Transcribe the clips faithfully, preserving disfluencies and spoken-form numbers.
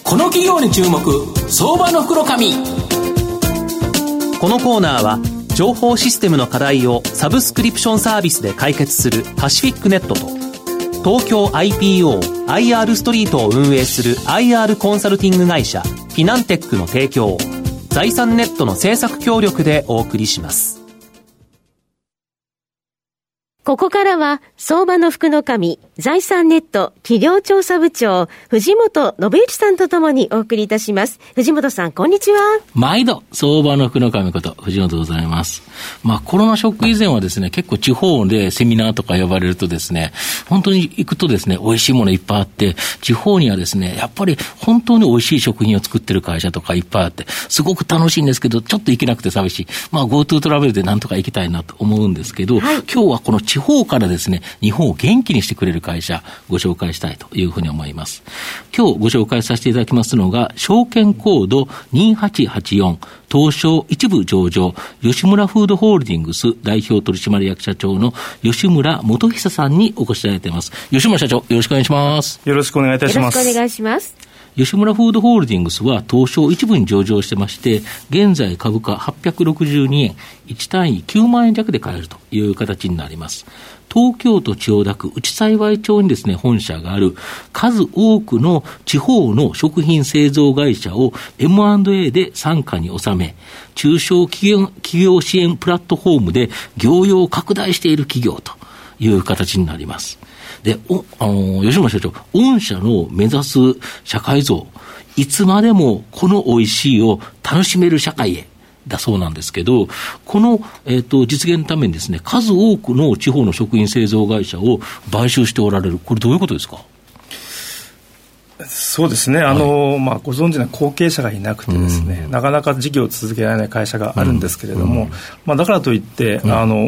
この企業に注目、相場の福の神。 このコーナーは情報システムの課題をサブスクリプションサービスで解決するパシフィックネットと、東京 アイピーオー アイアール ストリートを運営する アイアール コンサルティング会社フィナンテックの提供、財産ネットの制作協力でお送りします。 ここからは相場の福の神、財産ネット企業調査部長藤本信之さんとともにお送りいたします。藤本さん、こんにちは。 毎度相場の福の神こと藤本でございます。まあコロナショック以前はですね、結構地方でセミナーとか呼ばれるとですね、本当に行くとですね、美味しいものいっぱいあって、地方にはですね、やっぱり本当に美味しい食品を作ってる会社とかいっぱいあって、すごく楽しいんですけど、ちょっと行けなくて寂しい。まあ GoTo トラベルでなんとか行きたいなと思うんですけど、はい、今日はこの地方からですね、日本を元気にしてくれる会社ご紹介したいというふうに思います。今日ご紹介させていただきますのが、証券コードにはちはちよん東証一部上場吉村フードホールディングス代表取締役社長の吉村元久さんにお越しいただいています。吉村社長、よろしくお願いします。 よろしくお願いいたします。 よろしくお願いします。 吉村フードホールディングスは東証一部に上場してまして、現在株価はっぴゃくろくじゅうにえん、いち単位きゅうまんえん弱で買えるという形になります。東京都千代田区内幸町にですね、本社がある数多くの地方の食品製造会社を エムアンドエー で傘下に収め、中小企業、企業支援プラットフォームで業用を拡大している企業という形になります。で、おあの吉村社長、御社の目指す社会像、いつまでもこの美味しいを楽しめる社会へだそうなんですけど、この、えーと、実現のためにですね、数多くの地方の食品製造会社を買収しておられる、これどういうことですか？ そうですね、あの、はい、まあ、ご存知の後継者がいなくてですね、うん、なかなか事業を続けられない会社があるんですけれども、うんまあ、だからといって、うん、あの、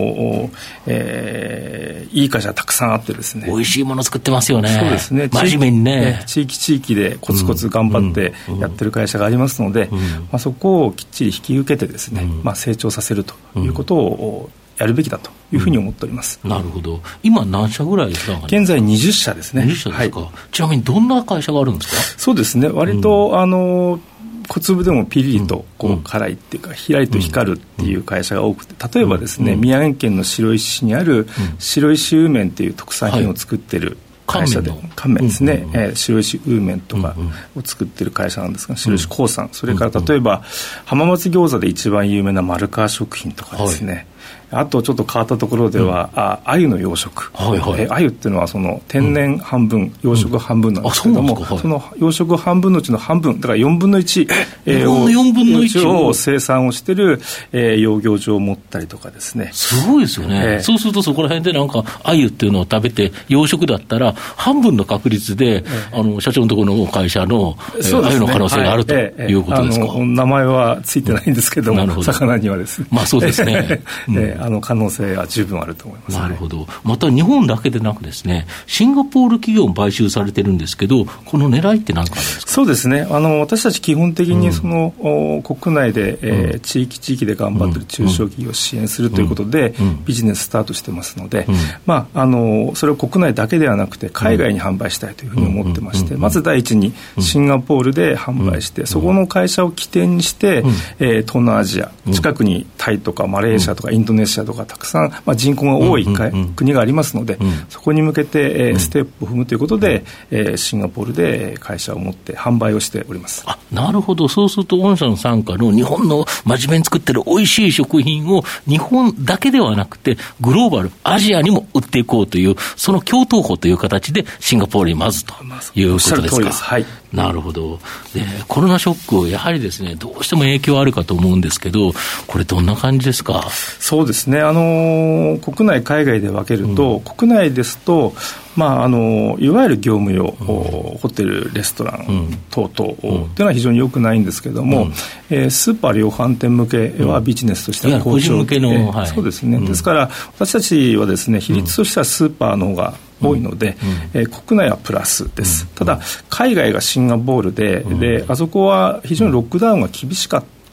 えー、いい会社がたくさんあってですね、 美味しいもの作ってますよね。 そうですね、 真面目にね、 地域地域でコツコツ頑張ってやってる会社がありますので、うんうんまあ、そこをきっちり引き受けてですね、うんまあ、成長させるということを、うんやるべきだというふうに思っております、 うん、なるほど。今何社ぐらいですか？ 現在にじゅっしゃですね。 にじゅっしゃですか、 はい、 ちなみにどんな会社があるんですか？ そうですね、割と、うん、あの小粒でもピリリとこう辛いっていうか、ひらりと光るっていう会社が多くて、例えばですね、宮城県の白石市にある白石ウーメンっていう特産品を作ってる会社で、はい、乾麺ですね、うんうんうんえー、白石ウーメンとかを作ってる会社なんですが、白石興産、それから例えば浜松餃子で一番有名な丸川食品とかですね、はいあとちょっと変わったところでは、うん、あ鮎の養殖、はいはいえ鮎っていうのはその天然半分、うん、養殖半分なんですけども、うんそはい、その養殖半分のうちの半分だからよんぶんのいち、えー、をよんぶんのいちを生産をしている、えー、養魚場を持ったりとかですね。 すごいですよね、えー、そうするとそこら辺でなんか鮎っていうのを食べて養殖だったら半分の確率で、えー、あの社長のところの会社の鮎、ね、の可能性があるということですか？ はいえー、名前はついてないんですけども、うん、魚にはですねまあそうですね、 うんえーあの可能性は十分あると思います、ね、 なるほど。また日本だけでなくですね、シンガポール企業も買収されてるんですけど、この狙いって何かあるんですか？ そうですね、あの私たち基本的にその、うん、国内で、えーうん、地域地域で頑張っている中小企業を支援するということで、うんうん、ビジネススタートしてますので、うんまあ、あのそれを国内だけではなくて海外に販売したいというふうに思ってまして、うん、まず第一にシンガポールで販売して、うん、そこの会社を起点にして、うんえー、東南アジア近くにタイとかマレーシアとかインドネシアとかたくさん、まあ、人口が多い、うんうんうん、国がありますので、うん、そこに向けて、えー、ステップを踏むということで、えー、シンガポールで会社を持って販売をしております。 あ、なるほど。そうすると御社の傘下の日本の真面目に作ってる美味しい食品を日本だけではなくてグローバルアジアにも売っていこうという、その共闘法という形でシンガポールにまずということですか？ です、はい、 なるほど。で、コロナショックやはりですね、どうしても影響あるかと思うんですけど、これどんな感じですか？ そうですね、あの国内海外で分けると、うん、国内ですと、まあ、あのいわゆる業務用、うん、ホテルレストラン等々、うん、というのは非常に良くないんですけども、うんえー、スーパー量販店向けはビジネスとしては好調で、うんはい、そうですね、うん、ですから私たちはですね、比率としてはスーパーの方が多いので、うんえー、国内はプラスです、うん、ただ海外がシンガポールで、うん、であそこは非常にロックダウンが厳しかった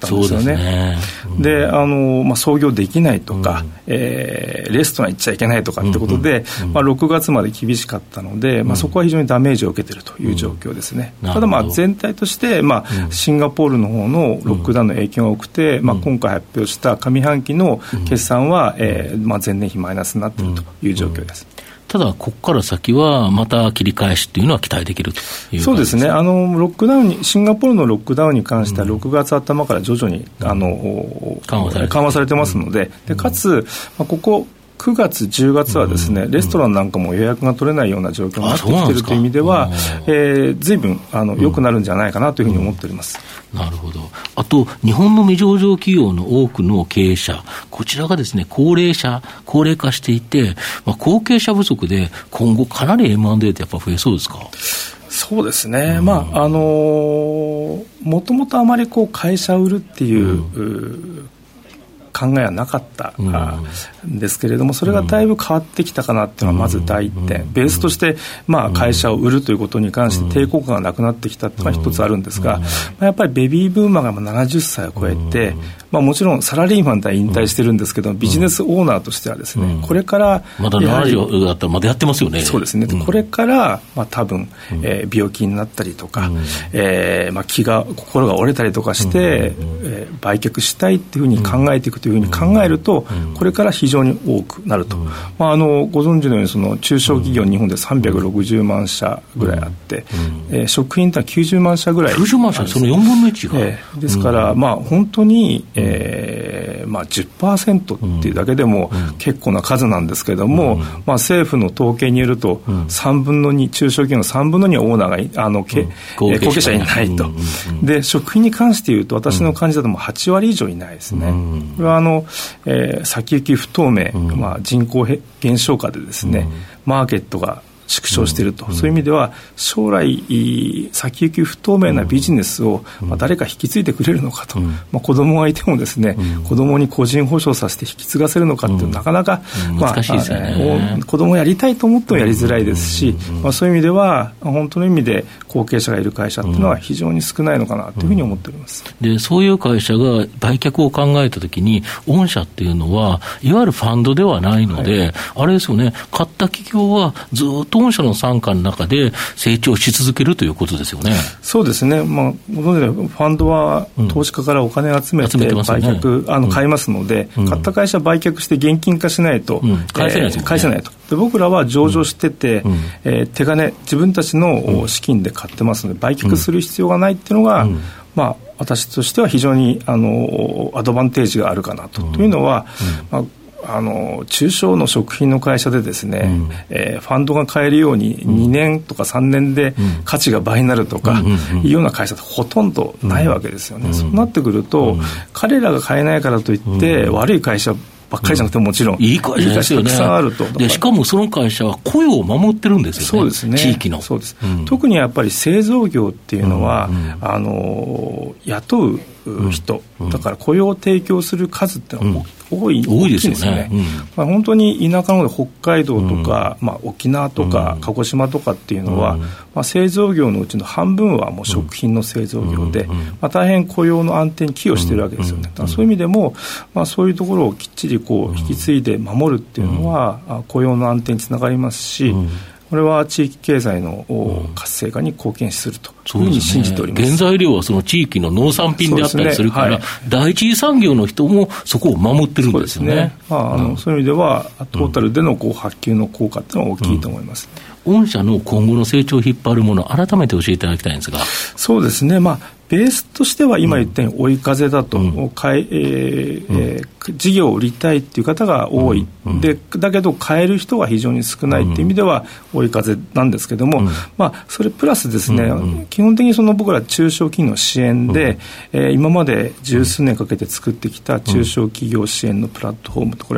ったんですよね。 そうですね、うん、 であの、まあ、操業できないとか、うんえー、レストラン行っちゃいけないとかってことで、うんうんまあ、ろくがつまで厳しかったので、うんまあ、そこは非常にダメージを受けているという状況ですね、うん、ただまあ全体として、まあ、シンガポールの方のロックダウンの影響が多くて、うんまあ、今回発表した上半期の決算は、うんえーまあ、前年比マイナスになっているという状況です、うんうんただ、ここから先はまた切り返しというのは期待できるという感じですか。 そうですね、あのロックダウンにシンガポールのロックダウンに関してはろくがつ頭から徐々に、うん、あの緩和されて、緩和されてますので、でかつ、まあ、ここくがつ、じゅうがつはですね、うん、レストランなんかも予約が取れないような状況になってきているという意味では、えー、随分あの良くなるんじゃないかなというふうに思っております、 うん、なるほど。あと日本の未上場企業の多くの経営者、こちらがですね高齢者高齢化していて、まあ、後継者不足で今後かなり エムアンドエー ってやっぱ増えそうですか。 そうですね、うんまああのー、もともとあまりこう会社を売るっていう、うん考えはなかったんですけれども、それがだいぶ変わってきたかなっていうのはまず第一点、ベースとしてまあ会社を売るということに関して抵抗感がなくなってきたっていうのが一つあるんですが、やっぱりベビーブーマーがななじゅっさいを超えて、まあ、もちろんサラリーマンでは引退してるんですけど、ビジネスオーナーとしてはですね、これからまだななじゅうだったらまだやってますよね。 そうですね、これからまあ多分、えー、病気になったりとか、えーまあ、気が心が折れたりとかして、えー、売却したいっていうふうに考えていくというふうに考えると、これから非常に多くなると、まあ、あのご存知のようにその中小企業、日本でさんびゃくろくじゅうまんしゃぐらいあって、えー、食品とはきゅうじゅうまんしゃぐらい、 きゅうじゅうまんしゃ、そのよんぶんのいちが、 えー、ですから、まあ、本当に、えーまあ、じゅっパーセント っていうだけでも結構な数なんですけれども、まあ、政府の統計によるとさんぶんのに、中小企業のさんぶんのにはオーナーがあの、け後継者いないと、で食品に関して言うと私の感じだともうはちわり以上いないですね。これはあの、えー、先行き不透明、まあ、人口減少下でですね、マーケットが縮小していると、うん、そういう意味では将来先行き不透明なビジネスを、うんまあ、誰か引き継いでくれるのかと、うんまあ、子供がいてもですね、うん、子供に個人保証させて引き継がせるのかっていうのは、うん、なかなか、 うんまあ、難しいですよね。 子供をやりたいと思ってもやりづらいですし、うんまあ、そういう意味では本当の意味で後継者がいる会社っていうのは非常に少ないのかなというふうに思っております、 うん、でそういう会社が売却を考えたときに御社っていうのはいわゆるファンドではないので、はい、あれですよね、買った企業はずっと御社の傘下の中で成長し続けるということですよね。 そうですね、まあ、ご存知のようにファンドは投資家からお金を集めて売却、うん、あの買いますので、うん、買った会社売却して現金化しないと、うん、返せないですもんね。返せないと。で僕らは上場してて、うんえー、手金自分たちの資金で買ってますので売却する必要がないっていうのが、うんまあ、私としては非常にあのアドバンテージがあるかなと、うん、というのは、うんまああの中小の食品の会社でですね、うんえー、ファンドが買えるようににねんとかさんねんで価値が倍になるとかいうような会社ってほとんどないわけですよね、うん、そうなってくると、うん、彼らが買えないからといって、うん、悪い会社ばっかりじゃなくてもちろん、うん、いい会社ですよね。たくさんあると。 でしかもその会社は雇用を守ってるんですよね。 そうですね。 地域の。 そうです、うん、特にやっぱり製造業っていうのは、うんうん、あの雇う人、うん、だから雇用を提供する数ってのは多い、うん、多いですよね、うんまあ、本当に田舎の北海道とか、うんまあ、沖縄とか、うん、鹿児島とかっていうのは、うんまあ、製造業のうちの半分はもう食品の製造業で、うんまあ、大変雇用の安定に寄与しているわけですよね、うん、だからそういう意味でも、まあ、そういうところをきっちりこう引き継いで守るっていうのは、うん、雇用の安定につながりますし、うんこれは地域経済の活性化に貢献するというふうに信じております。 原材料はその地域の農産品であったりするから、ねはい、第一次産業の人もそこを守ってるんですよね。そうですね、まあ、あの、うん、そういう意味ではトータルでのこう発給の効果というのは大きいと思います、うん、御社の今後の成長を引っ張るもの改めて教えていただきたいんですが。 そうですね、まあベースとしては今言ったように追い風だと、うん買いえーうんえー、事業を売りたいという方が多い、うん、でだけど買える人が非常に少ないという意味では追い風なんですけども、うんまあ、それプラスですね、うん、基本的にその僕ら中小企業の支援で、うんえー、今まで十数年かけて作ってきた中小企業支援のプラットフォームとこれは、まあ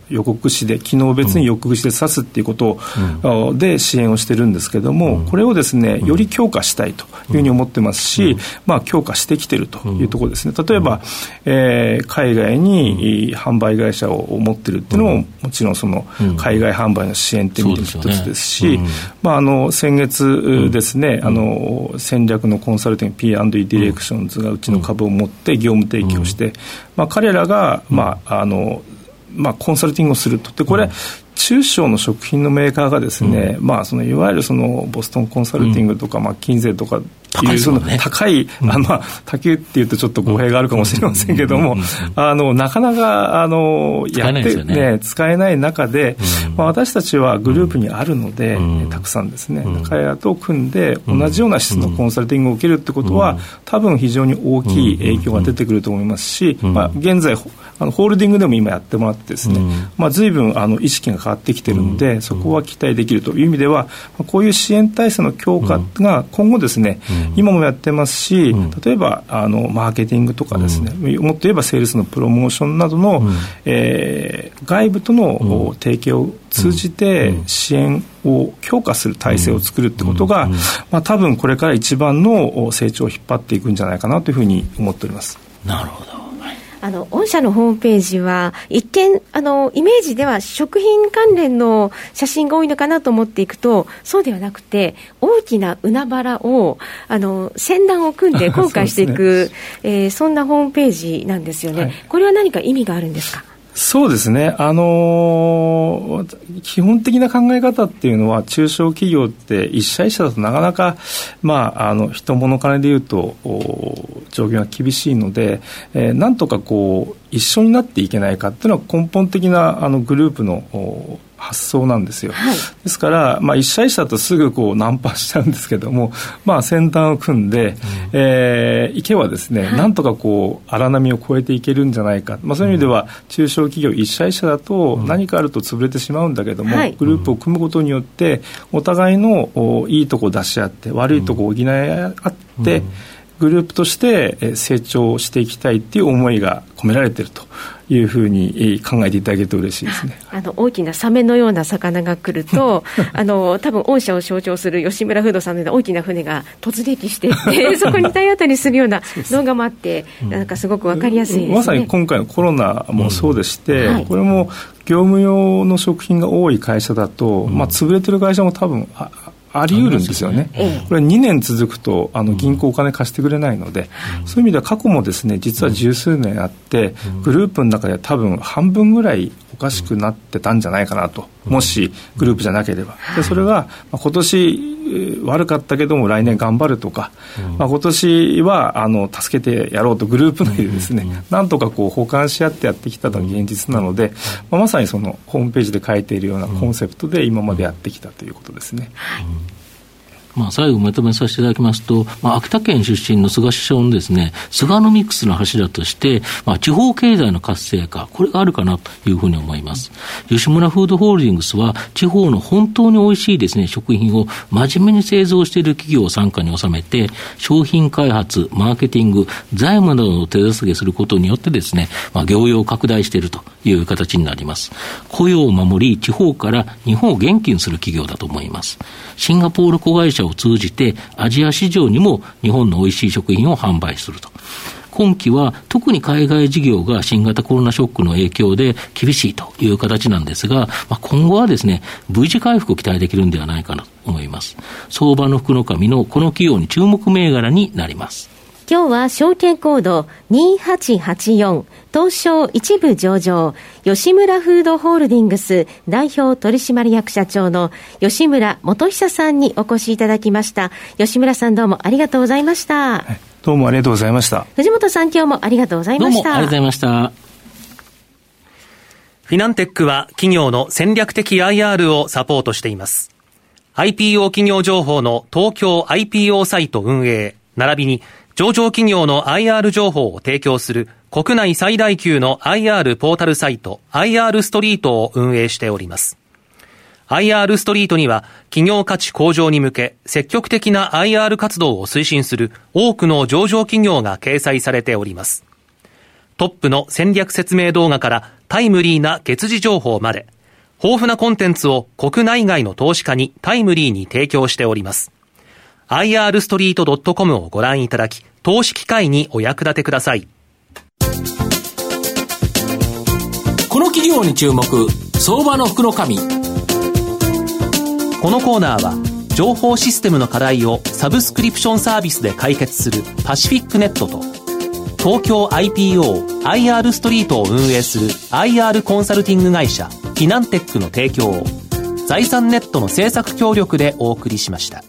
予告詞で機能別に予告詞で指すっていうことを、うん、で支援をしてるんですけども、うん、これをですねより強化したいというふうに思ってますし、うんまあ、強化してきてるというところですね。例えば、うんえー、海外に販売会社を持ってるっていうのも、うん、もちろんその海外販売の支援っていうのも一つですし、うんまあ、あの先月ですね、うん、あの戦略のコンサルティング ピーアンドイー ディレクションズがうちの株を持って業務提供して、うんまあ、彼らが、まああのまあ、コンサルティングをするとでこれ、うん中小の食品のメーカーがですね、うんまあ、そのいわゆるそのボストンコンサルティングとか、うん、マッキンゼーとかいうその高い、うん、あのまあ、高いっていうとちょっと語弊があるかもしれませんけども、うん、あのなかなかあのやって、ね、使えない中で、うんまあ、私たちはグループにあるので、うん、たくさんですね、うん、彼らと組んで同じような質のコンサルティングを受けるってことは、うん、多分非常に大きい影響が出てくると思いますし、うんまあ、現在あのホールディングでも今やってもらってですね、うんまあ、随分あの意識が変わってきているので、うん、そこは期待できるという意味では、こういう支援体制の強化が今後ですね、うん、今もやってますし、うん、例えばあのマーケティングとかですね、うん、もっと言えばセールスのプロモーションなどの、うんえー、外部との、うん、提携を通じて支援を強化する体制を作るってことが、うんうんまあ、多分これから一番の成長を引っ張っていくんじゃないかなというふうに思っております。 なるほど。 あの御社のホームページは一見あのイメージでは食品関連の写真が多いのかなと思っていくとそうではなくて大きな海原をあの船団を組んで航海していくそ,、ねえー、そんなホームページなんですよね、はい、これは何か意味があるんですか？ そうですね、あのー、基本的な考え方っていうのは中小企業って一社一社だとなかなか、まあ、あの人物金でいうと状況が厳しいので、えー、なんとかこう一緒になっていけないかっていうのは根本的なあのグループの発想なんですよ、はい、ですから、まあ、一社一社だとすぐこうナンパしちゃうんですけども、まあ、先端を組んで、うんえー、いけばですね、はい、なんとかこう荒波を越えていけるんじゃないか、まあ、そういう意味では中小企業一社一社だと何かあると潰れてしまうんだけども、うん、グループを組むことによってお互いのいいとこを出し合って悪いとこを補い合って、うんグループとして成長していきたいという思いが込められているというふうに考えていただけると嬉しいですね。 あの大きなサメのような魚が来るとあの多分御社を象徴する吉村フードさんのような大きな船が突撃していってそこに体当たりするような動画もあってなんかすごく分かりやすいですね。 まさに今回のコロナもそうでして、うんはい、これも業務用の食品が多い会社だと、うんまあ、潰れてる会社も多分ああり得るんですよね。これにねん続くとあの銀行お金貸してくれないので、うん、そういう意味では過去もですね実は十数年あって、うん、グループの中では多分半分ぐらいおかしくなってたんじゃないかなと、うん、もしグループじゃなければでそれが、まあ、今年悪かったけども来年頑張るとか、うんまあ、今年はあの助けてやろうとグループ内でですね、うん、なんとかこう補完し合ってやってきたのが現実なので、まあ、まさにそのホームページで書いているようなコンセプトで今までやってきたということですね、 うんまあ、最後まとめさせていただきますと、まあ、秋田県出身の菅首相のですね、菅ノミクスの柱として、まあ、地方経済の活性化、これがあるかなというふうに思います。吉村フードホールディングスは、地方の本当に美味しいですね、食品を真面目に製造している企業を傘下に収めて、商品開発、マーケティング、財務などを手助けすることによってですね、まあ、業用を拡大しているという形になります。雇用を守り、地方から日本を元気にする企業だと思います。シンガポール子会社を通じてアジア市場にも日本の美味しい食品を販売すると。今期は特に海外事業が新型コロナショックの影響で厳しいという形なんですが、まあ、今後はですね V 字回復を期待できるんではないかなと思います。相場の福の神のこの企業に注目銘柄になります。 今日は証券コードにはちはちよん東証一部上場吉村フードホールディングス代表取締役社長の吉村元久さんにお越しいただきました。吉村さんどうもありがとうございました、はい、 どうもありがとうございました。 藤本さん今日もありがとうございました。 どうもありがとうございました。 フィナンテックは企業の戦略的 アイアール をサポートしています。 アイピーオー 企業情報の東京 アイピーオー サイト運営並びに上場企業の アイアール 情報を提供する国内最大級の アイアール ポータルサイト アイアール ストリートを運営しております。アイアール ストリートには企業価値向上に向け積極的な アイアール 活動を推進する多くの上場企業が掲載されております。 トップの戦略説明動画からタイムリーな月次情報まで、豊富なコンテンツを国内外の投資家にタイムリーに提供しております。アイアールストリートドットコム をご覧いただき、投資機会にお役立てください。 この企業に注目、相場の福の神。 このコーナーは情報システムの課題をサブスクリプションサービスで解決するパシフィックネットと、東京 アイピーオー アイアール ストリートを運営する アイアール コンサルティング会社フィナンテックの提供を財産ネットの制作協力でお送りしました。